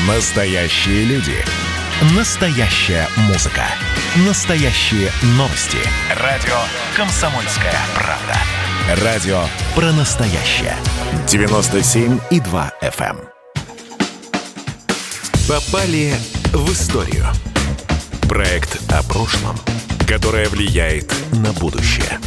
Настоящие люди. Настоящая музыка. Настоящие новости. Радио «Комсомольская правда». Радио про настоящее. 97,2 FM. Попали в историю. Проект о прошлом, которое влияет на будущее.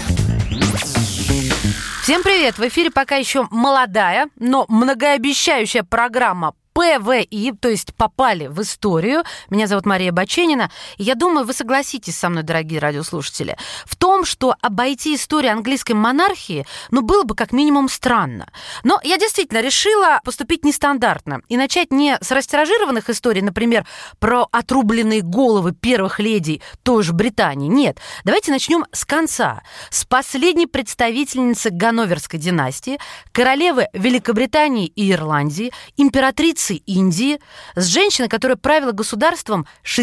Всем привет! В эфире пока еще молодая, но многообещающая программа ПВИ, то есть «Попали в историю». Меня зовут Мария Баченина. И я думаю, вы согласитесь со мной, дорогие радиослушатели, в том, что обойти историю английской монархии, было бы как минимум странно. Но я действительно решила поступить нестандартно и начать не с растиражированных историй, например, про отрубленные головы первых ледей той же Британии. Нет, давайте начнем с конца. С последней представительницы Ганноверской династии, королевы Великобритании и Ирландии, императрицы Индии, с женщиной, которая правила государством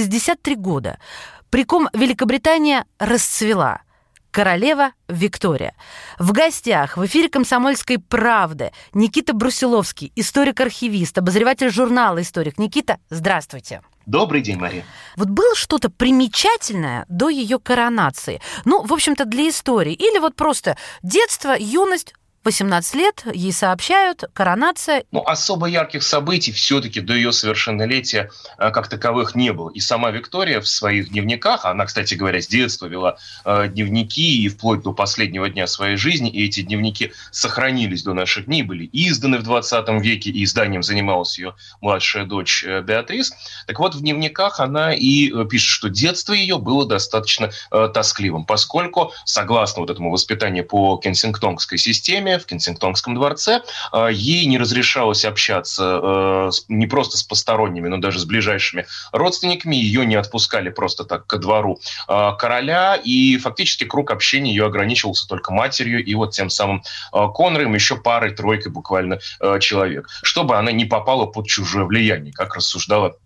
63 года. Приком Великобритания расцвела. Королева Виктория. В гостях в эфире «Комсомольской правды» Никита Брусиловский, историк-архивист, обозреватель журнала «Историк». Никита, здравствуйте. Добрый день, Мария. Вот было что-то примечательное до ее коронации? В общем-то, для истории. Или вот просто детство, юность, 18 лет, ей сообщают, коронация. Особо ярких событий все-таки до ее совершеннолетия как таковых не было. И сама Виктория в своих дневниках, она, кстати говоря, с детства вела дневники и вплоть до последнего дня своей жизни, и эти дневники сохранились до наших дней, были изданы в 20 веке, и изданием занималась ее младшая дочь Беатрис. Так вот, в дневниках она и пишет, что детство ее было достаточно тоскливым, поскольку, согласно вот этому воспитанию по кенсингтонской системе, в Кенсингтонском дворце, ей не разрешалось общаться не просто с посторонними, но даже с ближайшими родственниками. Ее не отпускали просто так ко двору короля, и фактически круг общения ее ограничивался только матерью и вот тем самым Конром, еще парой-тройкой буквально человек, чтобы она не попала под чужое влияние, как рассуждала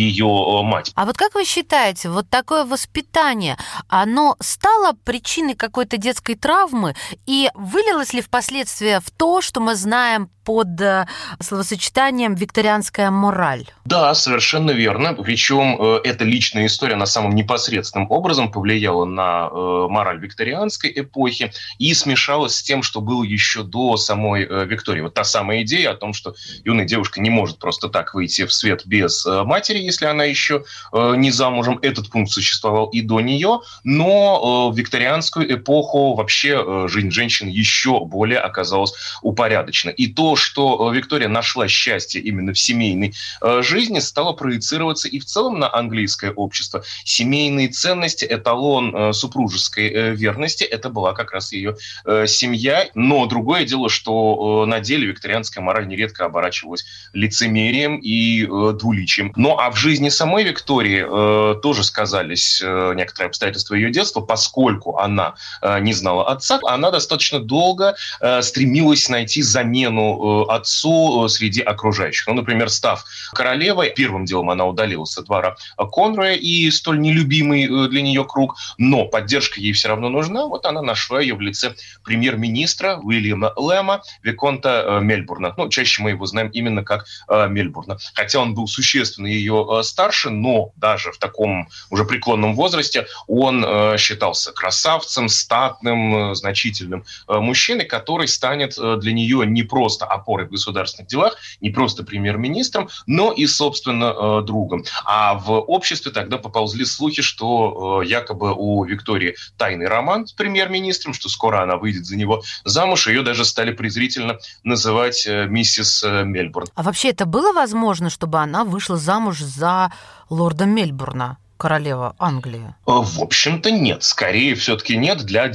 ее мать. А вот как вы считаете, вот такое воспитание, оно стало причиной какой-то детской травмы и вылилось ли впоследствии в то, что мы знаем под словосочетанием «викторианская мораль»? Да, совершенно верно. Причем эта личная история на самом непосредственным образом повлияла на мораль викторианской эпохи и смешалась с тем, что было еще до самой Виктории. Вот та самая идея о том, что юная девушка не может просто так выйти в свет без матери, если она еще не замужем. Этот пункт существовал и до нее, но в викторианскую эпоху вообще жизнь женщин еще более оказалась упорядочена. И то, что Виктория нашла счастье именно в семейной жизни, стало проецироваться и в целом на английское общество. Семейные ценности, эталон супружеской верности, это была как раз ее семья. Но другое дело, что на деле викторианская мораль нередко оборачивалась лицемерием и двуличием. А в жизни самой Виктории тоже сказались некоторые обстоятельства ее детства, поскольку она не знала отца, она достаточно долго стремилась найти замену отцу среди окружающих. Например, став королевой, первым делом она удалилась со двора Конроя и столь нелюбимый для нее круг, но поддержка ей все равно нужна. Вот она нашла ее в лице премьер-министра Уильяма Лэма, виконта Мельбурна. Чаще мы его знаем именно как Мельбурна. Хотя он был существенно ее старше, но даже в таком уже преклонном возрасте он считался красавцем, статным, значительным мужчиной, который станет для нее не просто опорой в государственных делах, не просто премьер-министром, но и, собственно, другом. А в обществе тогда поползли слухи, что якобы у Виктории тайный роман с премьер-министром, что скоро она выйдет за него замуж. Ее даже стали презрительно называть миссис Мельбурн. А вообще это было возможно, чтобы она вышла замуж за лорда Мельбурна? королева Англии? В общем-то, нет. Скорее, все-таки нет. Для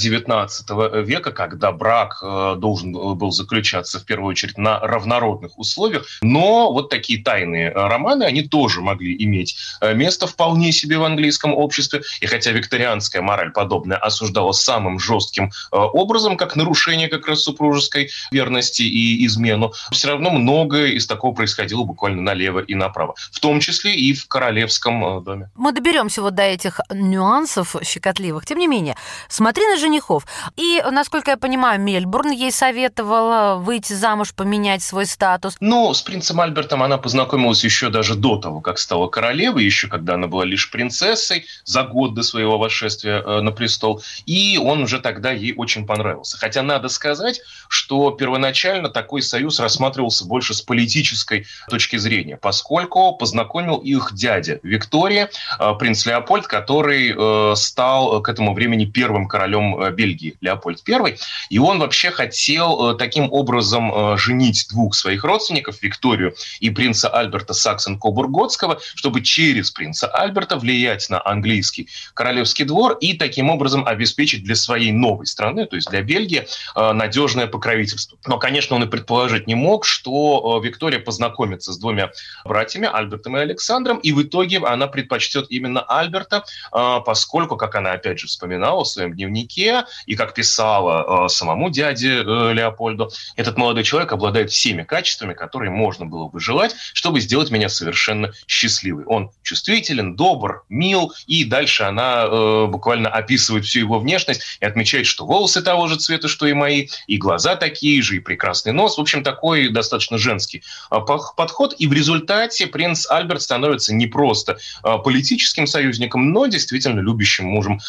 XIX века, когда брак должен был заключаться, в первую очередь, на равнородных условиях, но вот такие тайные романы, они тоже могли иметь место вполне себе в английском обществе. И хотя викторианская мораль подобная осуждалась самым жестким образом, как нарушение как раз супружеской верности и измену, все равно многое из такого происходило буквально налево и направо. В том числе и в королевском доме. Мы доберемся доберемся вот до этих нюансов щекотливых. Тем не менее, смотри на женихов. И, насколько я понимаю, Мельбурн ей советовал выйти замуж, поменять свой статус. Ну, с принцем Альбертом она познакомилась еще даже до того, как стала королевой, еще когда она была лишь принцессой, за год до своего восшествия на престол. И он уже тогда ей очень понравился. Хотя надо сказать, что первоначально такой союз рассматривался больше с политической точки зрения, поскольку познакомил их дядя Виктория, принц Леопольд, который стал к этому времени первым королем Бельгии, Леопольд I. И он вообще хотел таким образом женить двух своих родственников, Викторию и принца Альберта Саксон-Кобург-Готского, чтобы через принца Альберта влиять на английский королевский двор и таким образом обеспечить для своей новой страны, то есть для Бельгии, надежное покровительство. Но, конечно, он и предположить не мог, что Виктория познакомится с двумя братьями, Альбертом и Александром, и в итоге она предпочтет именно Альберта, поскольку, как она опять же вспоминала в своем дневнике, и как писала самому дяде Леопольду, этот молодой человек обладает всеми качествами, которые можно было бы желать, чтобы сделать меня совершенно счастливой. Он чувствителен, добр, мил, и дальше она буквально описывает всю его внешность и отмечает, что волосы того же цвета, что и мои, и глаза такие же, и прекрасный нос. В общем, такой достаточно женский подход. И в результате принц Альберт становится не просто политическим союзником, но действительно любящим мужем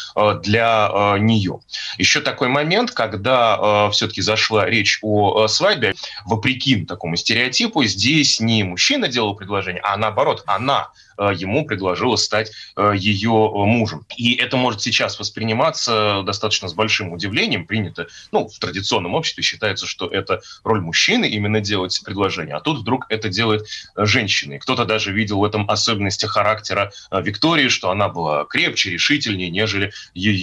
для нее. Еще такой момент, когда все-таки зашла речь о свадьбе, вопреки такому стереотипу, здесь не мужчина делал предложение, а наоборот, она ему предложила стать ее мужем. И это может сейчас восприниматься достаточно с большим удивлением. Принято, в традиционном обществе считается, что это роль мужчины именно делать предложение, а тут вдруг это делает женщина. И кто-то даже видел в этом особенности характера Виктории, что она была крепче, решительнее, нежели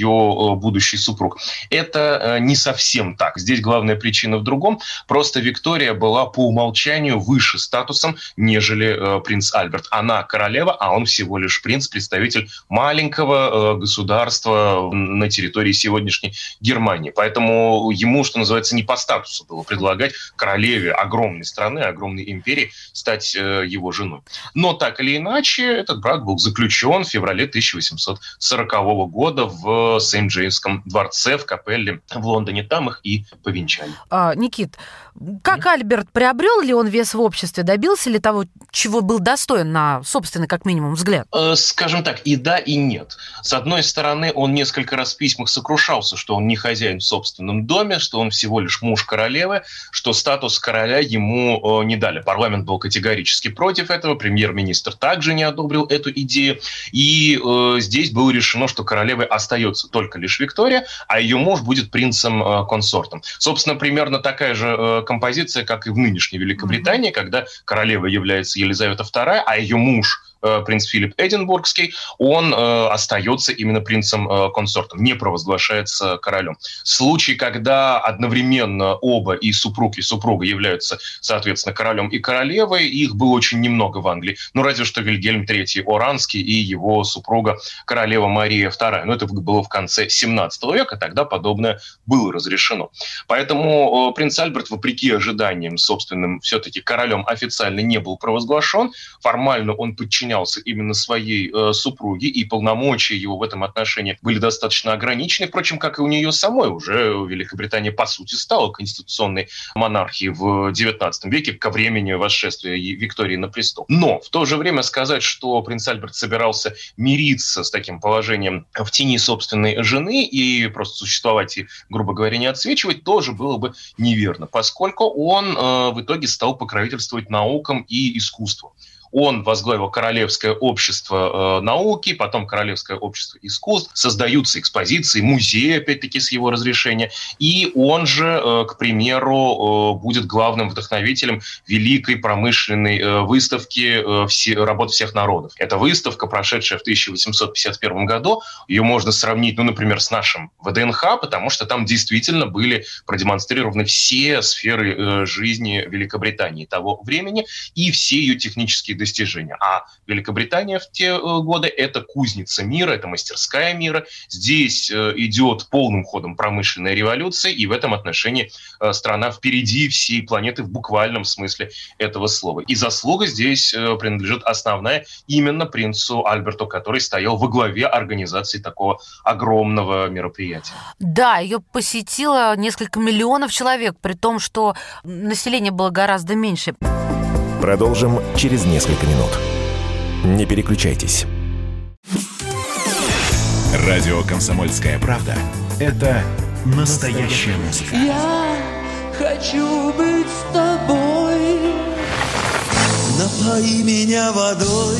ее будущий супруг. Это не совсем так. Здесь главная причина в другом. Просто Виктория была по умолчанию выше статусом, нежели принц Альберт. Она королева, а он всего лишь принц, представитель маленького государства на территории сегодняшней Германии. Поэтому ему, что называется, не по статусу было предлагать королеве огромной страны, огромной империи стать его женой. Но так или иначе, этот брак был заключен в феврале 1840 года в Сент-Джеймском дворце в капелле в Лондоне. Там их и повенчали. Никит, как Альберт, приобрел ли он вес в обществе, добился ли того, чего был достоин на собственный, как минимум, взгляд? Скажем так, и да, и нет. С одной стороны, он несколько раз в письмах сокрушался, что он не хозяин в собственном доме, что он всего лишь муж королевы, что статус короля ему не дали. Парламент был категорически против этого, премьер-министр также не одобрил эту идею. И здесь было решено, что королевой остается только лишь Виктория, а ее муж будет принцем-консортом. Собственно, примерно такая же композиция, как и в нынешней Великобритании, когда королевой является Елизавета II, а ее муж, принц Филипп Эдинбургский, он остается именно принцем-консортом, не провозглашается королем. Случай, когда одновременно оба и супруг, и супруга являются, соответственно, королем и королевой, их было очень немного в Англии. Разве что Вильгельм III Оранский и его супруга королева Мария II. Но это было в конце 17 века, тогда подобное было разрешено. Поэтому принц Альберт, вопреки ожиданиям собственным, все-таки королем официально не был провозглашен. Формально он подчинялся именно своей супруге, и полномочия его в этом отношении были достаточно ограничены. Впрочем, как и у нее самой, уже Великобритания, по сути, стала конституционной монархией в XIX веке ко времени восшествия Виктории на престол. Но в то же время сказать, что принц Альберт собирался мириться с таким положением в тени собственной жены и просто существовать и, грубо говоря, не отсвечивать, тоже было бы неверно, поскольку он в итоге стал покровительствовать наукам и искусству. Он возглавил Королевское общество науки, потом Королевское общество искусств. Создаются экспозиции, музеи, опять-таки, с его разрешения. И он же, к примеру, будет главным вдохновителем великой промышленной выставки работ всех народов. Эта выставка, прошедшая в 1851 году, ее можно сравнить, например, с нашим ВДНХ, потому что там действительно были продемонстрированы все сферы жизни Великобритании того времени и все ее технические достижения. А Великобритания в те годы – это кузница мира, это мастерская мира. Здесь идет полным ходом промышленная революция, и в этом отношении страна впереди всей планеты в буквальном смысле этого слова. И заслуга здесь принадлежит основная именно принцу Альберту, который стоял во главе организации такого огромного мероприятия. Да, ее посетило несколько миллионов человек, при том, что население было гораздо меньше. Продолжим через несколько минут. Не переключайтесь. Радио «Комсомольская правда» — это настоящая музыка. Я хочу быть с тобой. Напои меня водой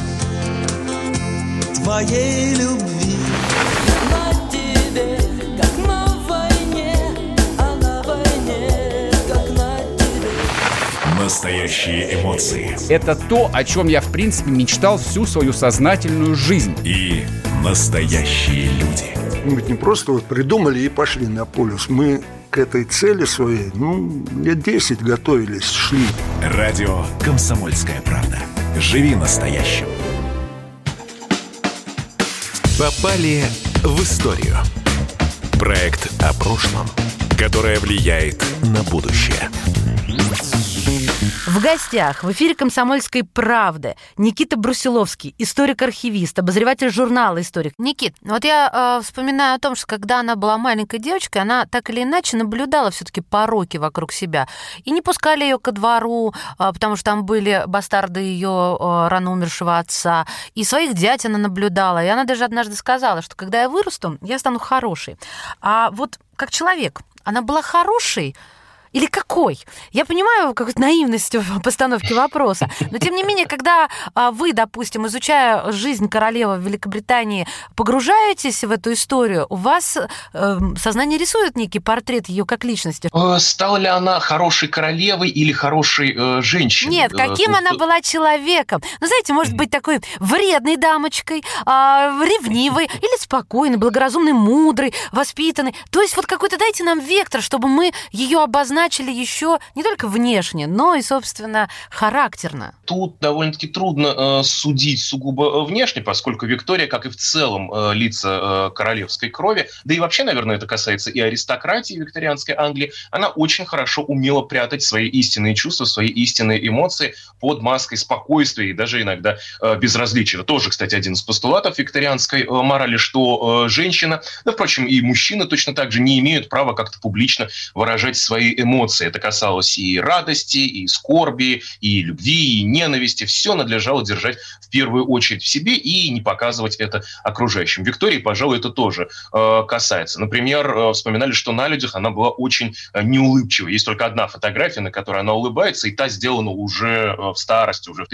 твоей любви. На тебе, как на войне, а на войне, как на тебе. Настоящие эмоции. Это то, о чем я, в принципе, мечтал всю свою сознательную жизнь. И настоящие люди. Мы ведь не просто придумали и пошли на полюс. Мы к этой цели своей, лет 10 готовились, шли. Радио «Комсомольская правда». Живи настоящим. Попали в историю. Проект о прошлом, которое влияет на будущее. В гостях в эфире «Комсомольской правды» Никита Брусиловский, историк-архивист, обозреватель журнала «Историк». Никит, вот я вспоминаю о том, что когда она была маленькой девочкой, она так или иначе наблюдала все-таки пороки вокруг себя. И не пускали ее ко двору, потому что там были бастарды ее рано умершего отца. И своих дядь она наблюдала. И она даже однажды сказала, что когда я вырасту, я стану хорошей. А вот как человек, она была хорошей, или какой? Я понимаю какую-то наивность в постановке вопроса, но тем не менее, когда вы, допустим, изучая жизнь королевы Великобритании, погружаетесь в эту историю, у вас сознание рисует некий портрет ее как личности? Стала ли она хорошей королевой или хорошей женщиной? Нет, каким она была человеком? Ну, знаете, может быть такой вредной дамочкой, ревнивой или спокойной, благоразумной, мудрой, воспитанной. То есть вот какой-то дайте нам вектор, чтобы мы ее обозначили еще не только внешне, но и, собственно, характерно. Тут довольно-таки трудно судить сугубо внешне, поскольку Виктория, как и в целом лица королевской крови, да и вообще, наверное, это касается и аристократии викторианской Англии, она очень хорошо умела прятать свои истинные чувства, свои истинные эмоции под маской спокойствия и даже иногда безразличия. Это тоже, кстати, один из постулатов викторианской морали, что женщина, да, впрочем, и мужчина точно так же не имеют права как-то публично выражать свои эмоции. Это касалось и радости, и скорби, и любви, и ненависти. Все надлежало держать в первую очередь в себе и не показывать это окружающим. Виктории, пожалуй, это тоже касается. Например, вспоминали, что на людях она была очень неулыбчивой. Есть только одна фотография, на которой она улыбается, и та сделана уже в старости, уже в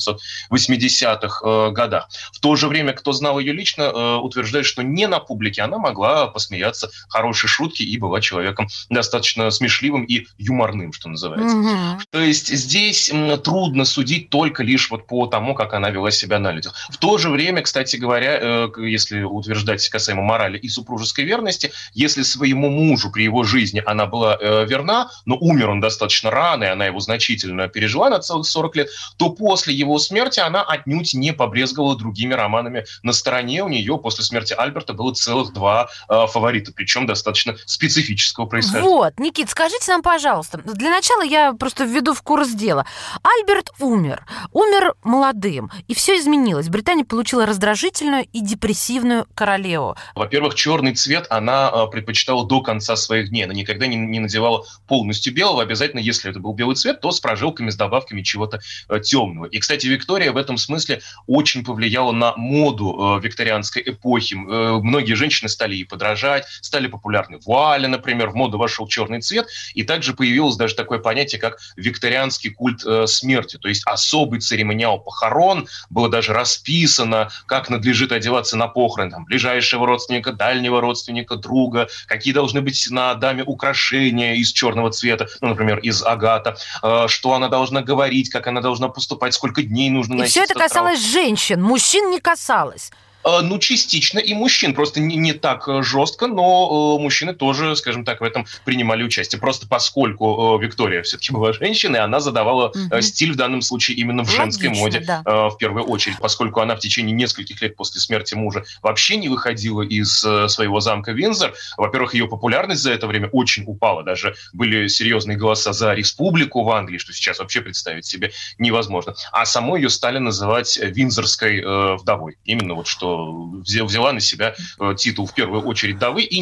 1880-х годах. В то же время, кто знал ее лично, утверждает, что не на публике она могла посмеяться хорошей шутки и была человеком достаточно смешливым и юморным, что называется. Mm-hmm. То есть здесь трудно судить только лишь вот по тому, как она вела себя на людях. В то же время, кстати говоря, если утверждать касаемо морали и супружеской верности, если своему мужу при его жизни она была верна, но умер он достаточно рано, и она его значительно пережила на целых 40 лет, то после его смерти она отнюдь не побрезговала другими романами на стороне. У нее после смерти Альберта было целых 2 фаворита, причем достаточно специфического происхождения. Вот, Никит, скажите нам, пожалуйста, для начала я просто введу в курс дела. Альберт умер молодым, и все изменилось. Британия получила раздражительную и депрессивную королеву. Во-первых, черный цвет она предпочитала до конца своих дней. Она никогда не надевала полностью белого. Обязательно, если это был белый цвет, то с прожилками, с добавками чего-то темного. И, кстати, Виктория в этом смысле очень повлияла на моду викторианской эпохи. Многие женщины стали ей подражать, стали популярны вуали, например, в моду вошел черный цвет, и также появилось даже такое понятие, как викторианский культ смерти, то есть особый церемониал похорон, было даже расписано, как надлежит одеваться на похороны, там, ближайшего родственника, дальнего родственника, друга, какие должны быть на даме украшения из черного цвета, например, из агата, что она должна говорить, как она должна поступать, сколько дней нужно носить. И все это касалось женщин, мужчин не касалось. Частично и мужчин, просто не так жестко, но мужчины тоже, скажем так, в этом принимали участие. Просто поскольку Виктория все-таки была женщиной, она задавала стиль в данном случае именно в женской моде, да. В первую очередь, поскольку она в течение нескольких лет после смерти мужа вообще не выходила из своего замка Виндзор. Во-первых, ее популярность за это время очень упала, даже были серьезные голоса за республику в Англии, что сейчас вообще представить себе невозможно. А самой ее стали называть виндзорской вдовой. Именно вот что взяла на себя титул в первую очередь вдовы и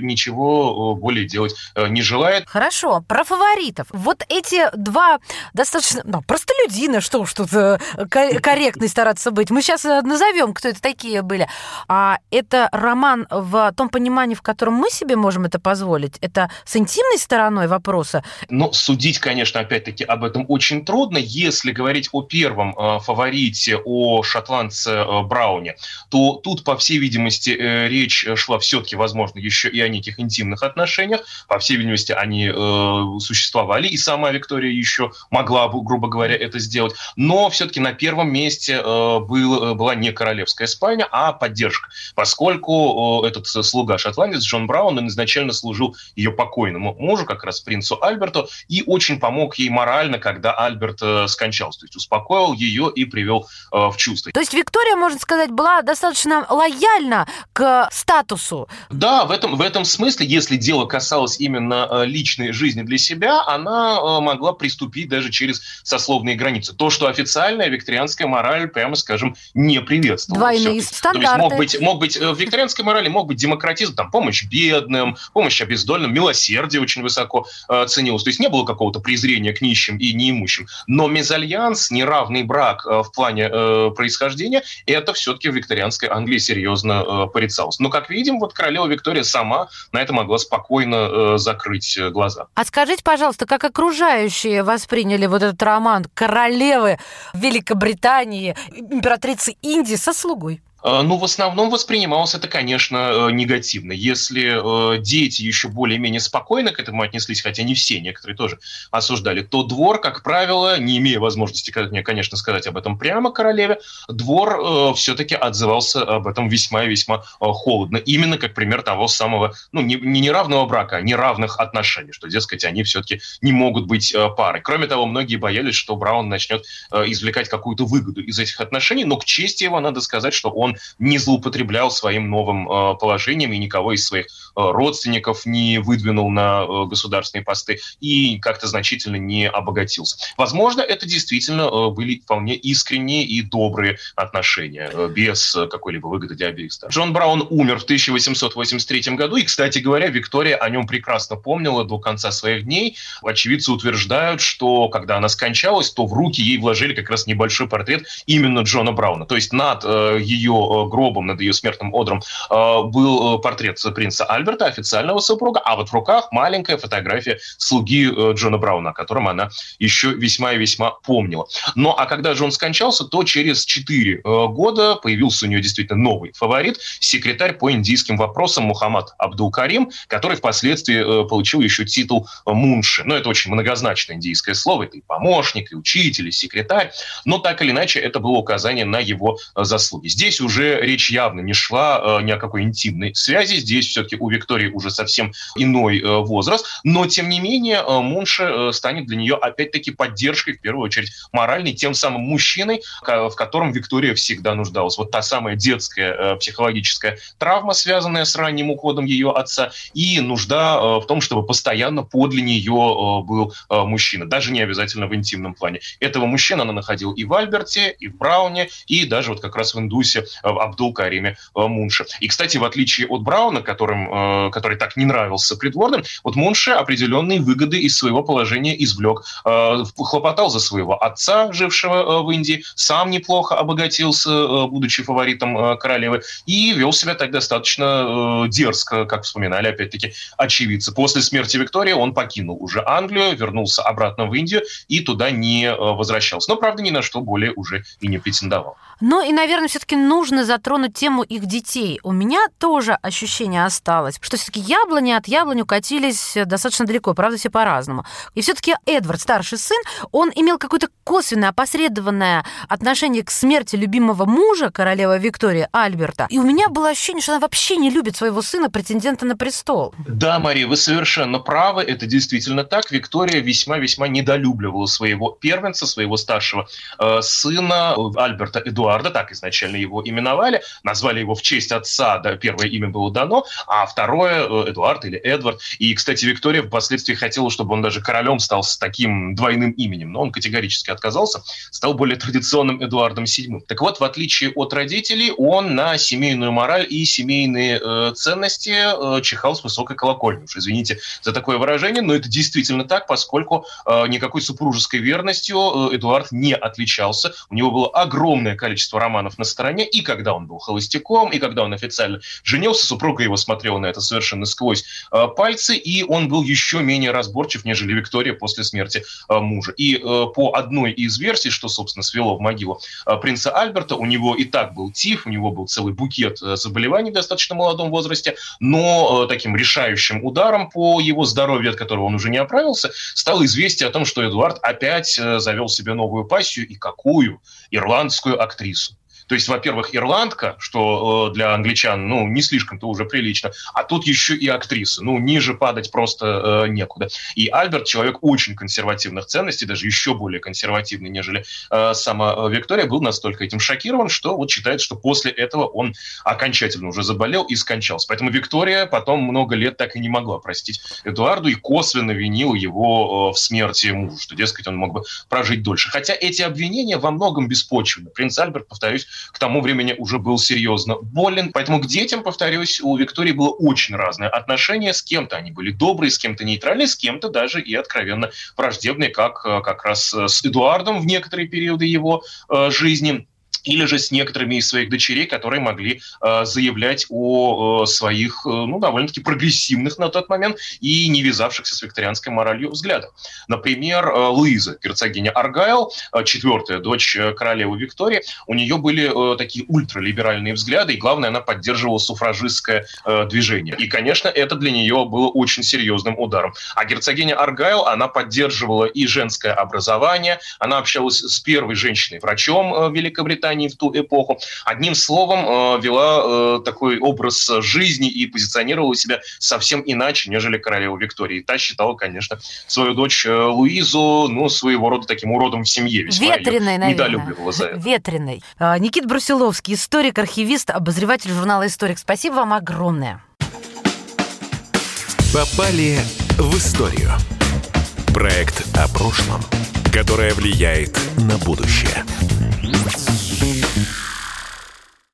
ничего более делать не желает. Хорошо, про фаворитов. Вот эти два достаточно простолюдины, что уж тут корректно стараться быть. Мы сейчас назовем, кто это такие были. А это роман в том понимании, в котором мы себе можем это позволить? Это с интимной стороной вопроса? Но судить, конечно, опять-таки об этом очень трудно. Если говорить о первом фаворите, о шотландце Брауне, то тут, по всей видимости, речь шла все-таки, возможно, еще и о неких интимных отношениях. По всей видимости, они существовали, и сама Виктория еще могла бы, грубо говоря, это сделать. Но все-таки на первом месте была не королевская спальня, а поддержка. Поскольку этот слуга-шотландец Джон Браун, он изначально служил ее покойному мужу, как раз принцу Альберту, и очень помог ей морально, когда Альберт скончался. То есть успокоил ее и привел в чувство. То есть Виктория, можно сказать, была достаточно лояльна к статусу. Да, в этом смысле, если дело касалось именно личной жизни для себя, она могла приступить даже через сословные границы. То, что официальная викторианская мораль, прямо скажем, не приветствовала. Двойные стандарты. То есть мог быть в викторианской морали мог быть демократизм, там, помощь бедным, помощь обездоленным, милосердие очень высоко ценилось. То есть не было какого-то презрения к нищим и неимущим. Но мезальянс, неравный брак в плане происхождения, это все-таки в викторианской Англии серьезно порицалось. Но, как видим, вот королева Виктория сама на это могла спокойно закрыть глаза. А скажите, пожалуйста, как окружающие восприняли вот этот роман королевы Великобритании, императрицы Индии со слугой? В основном воспринималось это, конечно, негативно. Если дети еще более-менее спокойно к этому отнеслись, хотя не все, некоторые тоже осуждали, то двор, как правило, не имея возможности, конечно, сказать об этом прямо королеве, двор все-таки отзывался об этом весьма и весьма холодно. Именно как пример того самого, не неравного брака, а неравных отношений, что, дескать, они все-таки не могут быть парой. Кроме того, многие боялись, что Браун начнет извлекать какую-то выгоду из этих отношений, но к чести его надо сказать, что он не злоупотреблял своим новым положением и никого из своих родственников не выдвинул на государственные посты и как-то значительно не обогатился. Возможно, это действительно были вполне искренние и добрые отношения, без какой-либо выгоды для обеих сторон. Джон Браун умер в 1883 году, и, кстати говоря, Виктория о нем прекрасно помнила до конца своих дней. Очевидцы утверждают, что когда она скончалась, то в руки ей вложили как раз небольшой портрет именно Джона Брауна. То есть над ее гробом, над ее смертным одром был портрет принца Альберта, официального супруга, а вот в руках маленькая фотография слуги Джона Брауна, о котором она еще весьма и весьма помнила. Ну, а когда Джон скончался, то через 4 года появился у нее действительно новый фаворит, секретарь по индийским вопросам Мухаммад Абдул-Карим, который впоследствии получил еще титул мунши. Но это очень многозначное индийское слово, это и помощник, и учитель, и секретарь, но так или иначе это было указание на его заслуги. Здесь уже речь явно не шла ни о какой интимной связи. Здесь все-таки у Виктории уже совсем иной возраст. Но, тем не менее, мунши станет для нее, опять-таки, поддержкой, в первую очередь, моральной, тем самым мужчиной, в котором Виктория всегда нуждалась. Вот та самая детская психологическая травма, связанная с ранним уходом ее отца, и нужда в том, чтобы постоянно подле нее был мужчина. Даже не обязательно в интимном плане. Этого мужчину она находила и в Альберте, и в Брауне, и даже вот как раз в индусе в Абдул-Кариме Мунши. И, кстати, в отличие от Брауна, который так не нравился придворным, вот Мунши определенные выгоды из своего положения извлек. Хлопотал за своего отца, жившего в Индии, сам неплохо обогатился, будучи фаворитом королевы, и вел себя так достаточно дерзко, как вспоминали, опять-таки, очевидцы. После смерти Виктории он покинул уже Англию, вернулся обратно в Индию и туда не возвращался. Но, правда, ни на что более уже и не претендовал. Ну и, наверное, все-таки нужно нужно затронуть тему их детей. У меня тоже ощущение осталось, что все-таки яблони от яблони укатились достаточно далеко, правда, все по-разному. И все-таки Эдвард, старший сын, он имел какое-то косвенное, опосредованное отношение к смерти любимого мужа, королевы Виктории, Альберта. И у меня было ощущение, что она вообще не любит своего сына, претендента на престол. Да, Мария, вы совершенно правы, это действительно так. Виктория весьма-весьма недолюбливала своего первенца, своего старшего сына Альберта Эдуарда, так изначально его именовали, назвали его в честь отца, да, первое имя было дано, а второе Эдуард или Эдвард. И, кстати, Виктория впоследствии хотела, чтобы он даже королем стал с таким двойным именем, но он категорически отказался, стал более традиционным Эдуардом VII. Так вот, в отличие от родителей, он на семейную мораль и семейные ценности чихал с высокой колокольни. Уж извините за такое выражение, но это действительно так, поскольку никакой супружеской верностью Эдуард не отличался. У него было огромное количество романов на стороне, и когда он был холостяком, и когда он официально женился, супруга его смотрела на это совершенно сквозь пальцы, и он был еще менее разборчив, нежели Виктория после смерти мужа. И по одной из версий, что, собственно, свело в могилу принца Альберта, у него и так был тиф, у него был целый букет заболеваний в достаточно молодом возрасте, но таким решающим ударом по его здоровью, от которого он уже не оправился, стало известие о том, что Эдуард опять завел себе новую пассию, и какую? Ирландскую актрису. То есть, во-первых, ирландка, что для англичан, не слишком-то уже прилично, а тут еще и актриса. Ниже падать просто некуда. И Альберт человек очень консервативных ценностей, даже еще более консервативный, нежели сама Виктория, был настолько этим шокирован, что вот считает, что после этого он окончательно уже заболел и скончался. Поэтому Виктория потом много лет так и не могла простить Эдуарду и косвенно винила его в смерти мужа, что, дескать, он мог бы прожить дольше. Хотя эти обвинения во многом беспочвенны. Принц Альберт, повторюсь, к тому времени уже был серьезно болен. Поэтому к детям, повторюсь, у Виктории было очень разное отношение. С кем-то они были добрые, с кем-то нейтральные, с кем-то даже и откровенно враждебные, как раз с Эдуардом в некоторые периоды его жизни. Или же с некоторыми из своих дочерей, которые могли заявлять о своих, довольно-таки прогрессивных на тот момент и не вязавшихся с викторианской моралью взглядах. Например, Луиза, герцогиня Аргайл, четвертая дочь королевы Виктории, у нее были такие ультралиберальные взгляды, и, главное, она поддерживала суфражистское движение. И, конечно, это для нее было очень серьезным ударом. А герцогиня Аргайл, она поддерживала и женское образование, она общалась с первой женщиной-врачом Великобритании в ту эпоху. Одним словом, вела такой образ жизни и позиционировала себя совсем иначе, нежели королева Виктория. И та считала, конечно, свою дочь Луизу, своего рода таким уродом в семье. Весьма ветреной, наверное. Недолюбливала за это. Ветреной. Никита Брусиловский, историк, архивист, обозреватель журнала «Историк». Спасибо вам огромное. Попали в историю. Проект о прошлом, которое влияет на будущее.